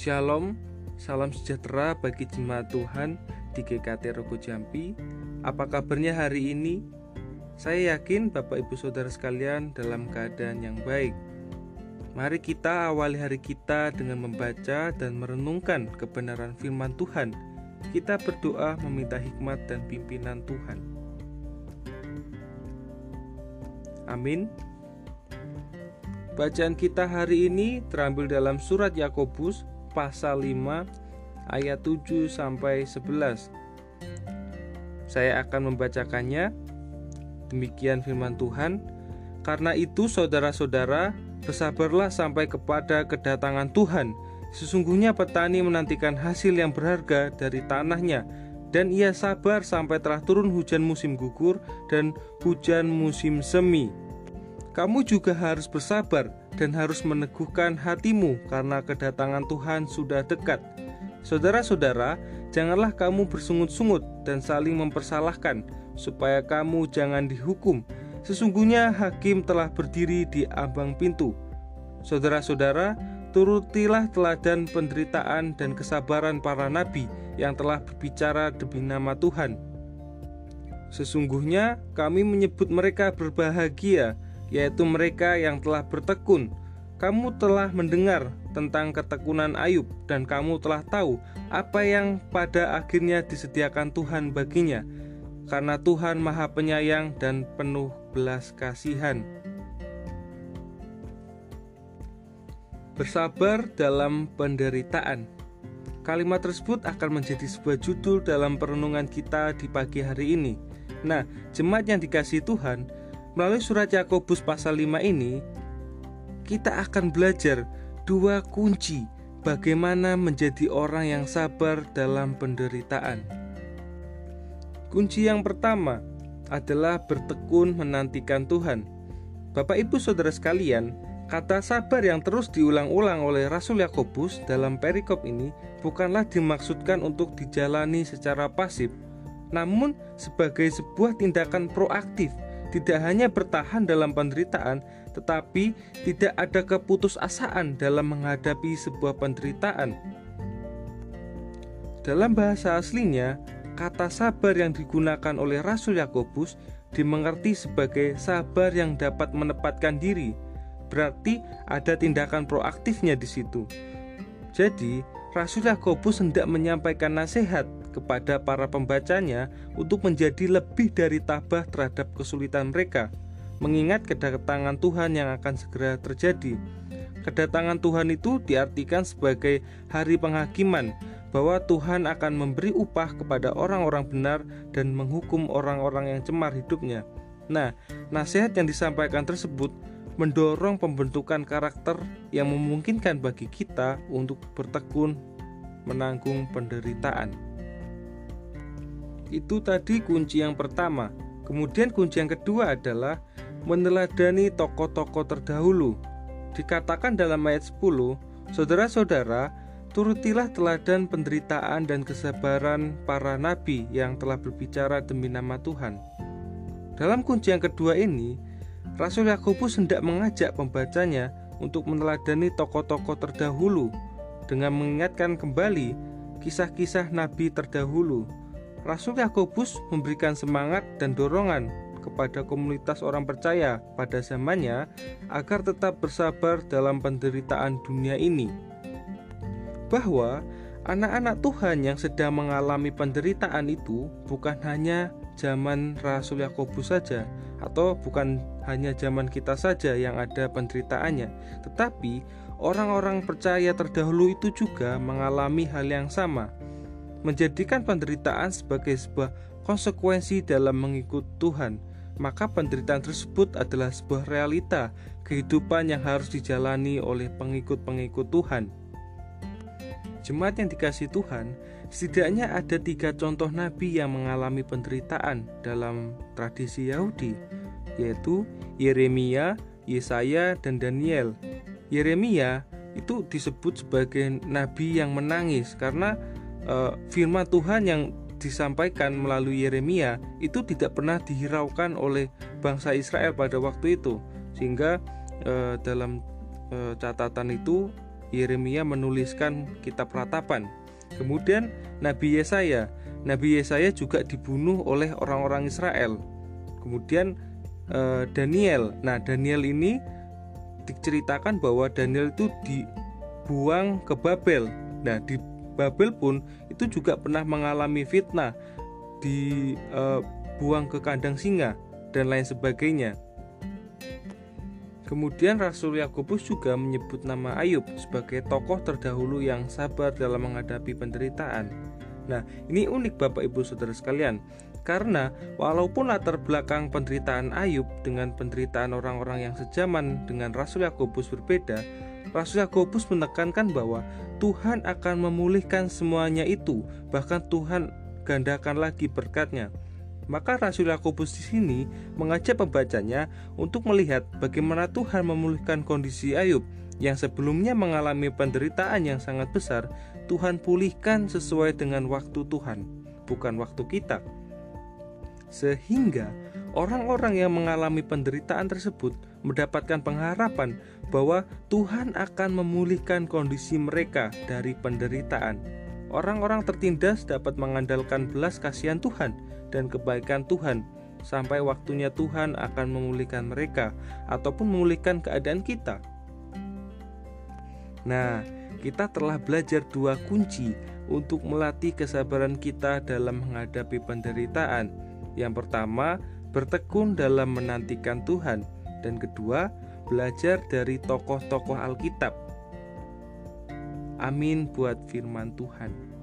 Shalom, salam sejahtera bagi jemaat Tuhan di GKT Rogo Jampi. Apa kabarnya hari ini? Saya yakin Bapak Ibu Saudara sekalian dalam keadaan yang baik. Mari kita awali hari kita dengan membaca dan merenungkan kebenaran firman Tuhan. Kita berdoa meminta hikmat dan pimpinan Tuhan. Amin. Bacaan kita hari ini terambil dalam surat Yakobus pasal 5 ayat 7 sampai 11. Saya akan membacakannya. Demikian firman Tuhan. Karena itu saudara-saudara, bersabarlah sampai kepada kedatangan Tuhan. Sesungguhnya petani menantikan hasil yang berharga dari tanahnya, dan ia sabar sampai telah turun hujan musim gugur dan hujan musim semi. Kamu juga harus bersabar dan harus meneguhkan hatimu karena kedatangan Tuhan sudah dekat. Saudara-saudara, janganlah kamu bersungut-sungut dan saling mempersalahkan, supaya kamu jangan dihukum. Sesungguhnya hakim telah berdiri di ambang pintu. Saudara-saudara, turutilah teladan penderitaan dan kesabaran para nabi yang telah berbicara demi nama Tuhan. Sesungguhnya kami menyebut mereka berbahagia, yaitu mereka yang telah bertekun. Kamu telah mendengar tentang ketekunan Ayub, dan kamu telah tahu apa yang pada akhirnya disediakan Tuhan baginya, karena Tuhan Maha Penyayang dan penuh belas kasihan. Bersabar dalam penderitaan. Kalimat tersebut akan menjadi sebuah judul dalam perenungan kita di pagi hari ini. Nah, jemaat yang dikasihi Tuhan, melalui surat Yakobus pasal 5 ini, kita akan belajar dua kunci bagaimana menjadi orang yang sabar dalam penderitaan. Kunci yang pertama adalah bertekun menantikan Tuhan. Bapak Ibu Saudara sekalian, kata sabar yang terus diulang-ulang oleh Rasul Yakobus dalam perikop ini bukanlah dimaksudkan untuk dijalani secara pasif, namun sebagai sebuah tindakan proaktif. Tidak hanya bertahan dalam penderitaan, tetapi tidak ada keputusasaan dalam menghadapi sebuah penderitaan. Dalam bahasa aslinya, kata sabar yang digunakan oleh Rasul Yakobus dimengerti sebagai sabar yang dapat menempatkan diri. Berarti ada tindakan proaktifnya di situ. Jadi, Rasul Yakobus hendak menyampaikan nasihat kepada para pembacanya untuk menjadi lebih dari tabah terhadap kesulitan mereka, mengingat kedatangan Tuhan yang akan segera terjadi. Kedatangan Tuhan itu diartikan sebagai hari penghakiman, bahwa Tuhan akan memberi upah kepada orang-orang benar dan menghukum orang-orang yang cemar hidupnya. Nah, nasihat yang disampaikan tersebut mendorong pembentukan karakter yang memungkinkan bagi kita untuk bertekun menanggung penderitaan. Itu tadi kunci yang pertama. Kemudian kunci yang kedua adalah meneladani tokoh-tokoh terdahulu. Dikatakan dalam ayat 10, saudara-saudara, turutilah teladan penderitaan dan kesabaran para nabi yang telah berbicara demi nama Tuhan. Dalam kunci yang kedua ini, Rasul Yakobus hendak mengajak pembacanya untuk meneladani tokoh-tokoh terdahulu dengan mengingatkan kembali kisah-kisah nabi terdahulu. Rasul Yakobus memberikan semangat dan dorongan kepada komunitas orang percaya pada zamannya agar tetap bersabar dalam penderitaan dunia ini. Bahwa anak-anak Tuhan yang sedang mengalami penderitaan itu bukan hanya zaman Rasul Yakobus saja, atau bukan hanya zaman kita saja yang ada penderitaannya, tetapi orang-orang percaya terdahulu itu juga mengalami hal yang sama, menjadikan penderitaan sebagai sebuah konsekuensi dalam mengikut Tuhan. Maka penderitaan tersebut adalah sebuah realita kehidupan yang harus dijalani oleh pengikut-pengikut Tuhan. Jemaat yang dikasihi Tuhan, setidaknya ada 3 contoh nabi yang mengalami penderitaan dalam tradisi Yahudi, yaitu Yeremia, Yesaya, dan Daniel. Yeremia itu disebut sebagai nabi yang menangis karena firman Tuhan yang disampaikan melalui Yeremia itu tidak pernah dihiraukan oleh bangsa Israel pada waktu itu, sehingga dalam catatan itu Yeremia menuliskan kitab Ratapan. Kemudian Nabi Yesaya. Nabi Yesaya juga dibunuh oleh orang-orang Israel. Kemudian Daniel. Nah, Daniel ini diceritakan bahwa Daniel itu dibuang ke Babel. Nah, di Babel pun itu juga pernah mengalami fitnah, dibuang ke kandang singa dan lain sebagainya. Kemudian Rasul Yakobus juga menyebut nama Ayub sebagai tokoh terdahulu yang sabar dalam menghadapi penderitaan. Nah, ini unik Bapak Ibu Saudara sekalian, karena walaupun latar belakang penderitaan Ayub dengan penderitaan orang-orang yang sejaman dengan Rasul Yakobus berbeda, Rasul Yakobus menekankan bahwa Tuhan akan memulihkan semuanya itu, bahkan Tuhan gandakan lagi berkatnya. Maka Rasul Yakobus di sini mengajak pembacanya untuk melihat bagaimana Tuhan memulihkan kondisi Ayub yang sebelumnya mengalami penderitaan yang sangat besar. Tuhan pulihkan sesuai dengan waktu Tuhan, bukan waktu kita. Sehingga orang-orang yang mengalami penderitaan tersebut mendapatkan pengharapan bahwa Tuhan akan memulihkan kondisi mereka dari penderitaan. Orang-orang tertindas dapat mengandalkan belas kasihan Tuhan dan kebaikan Tuhan sampai waktunya Tuhan akan memulihkan mereka ataupun memulihkan keadaan kita. Nah, kita telah belajar dua kunci untuk melatih kesabaran kita dalam menghadapi penderitaan. Yang pertama, bertekun dalam menantikan Tuhan, dan kedua, belajar dari tokoh-tokoh Alkitab. Amin buat firman Tuhan.